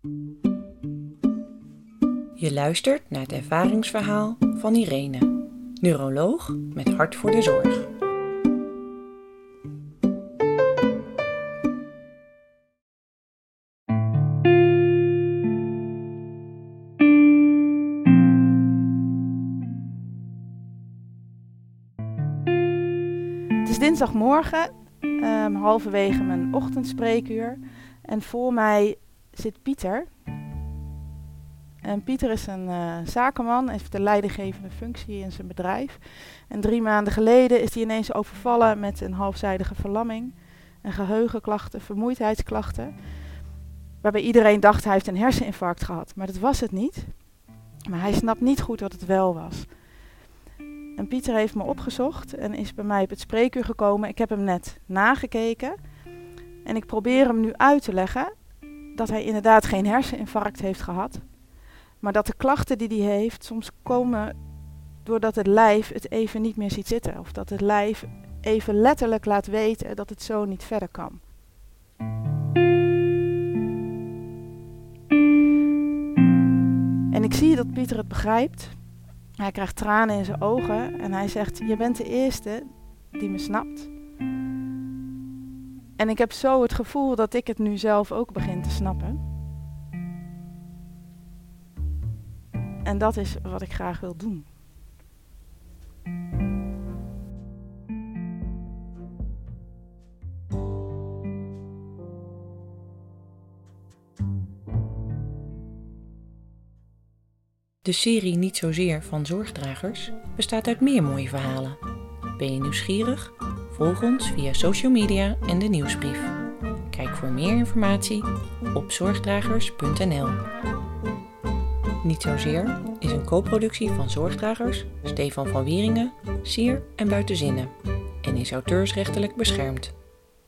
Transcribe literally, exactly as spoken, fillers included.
Je luistert naar het ervaringsverhaal van Irene, neuroloog met hart voor de zorg. Het is dinsdagmorgen, um, halverwege mijn ochtendspreekuur. En voor mij zit Pieter. En Pieter is een uh, zakenman, heeft een leidinggevende functie in zijn bedrijf. En drie maanden geleden is hij ineens overvallen met een halfzijdige verlamming. En geheugenklachten, vermoeidheidsklachten. Waarbij iedereen dacht hij heeft een herseninfarct gehad. Maar dat was het niet. Maar hij snapt niet goed wat het wel was. En Pieter heeft me opgezocht en is bij mij op het spreekuur gekomen. Ik heb hem net nagekeken. En ik probeer hem nu uit te leggen dat hij inderdaad geen herseninfarct heeft gehad. Maar dat de klachten die hij heeft soms komen doordat het lijf het even niet meer ziet zitten. Of dat het lijf even letterlijk laat weten dat het zo niet verder kan. En ik zie dat Pieter het begrijpt. Hij krijgt tranen in zijn ogen en hij zegt: je bent de eerste die me snapt. En ik heb zo het gevoel dat ik het nu zelf ook begin te snappen. En dat is wat ik graag wil doen. De serie Niet Zozeer van Zorgdragers bestaat uit meer mooie verhalen. Ben je nieuwsgierig? Volg ons via social media en de nieuwsbrief. Kijk voor meer informatie op zorgdragers punt n l. Niet Zozeer is een co-productie van Zorgdragers, Stefan van Wieringen, Sier en Buitenzinnen en is auteursrechtelijk beschermd.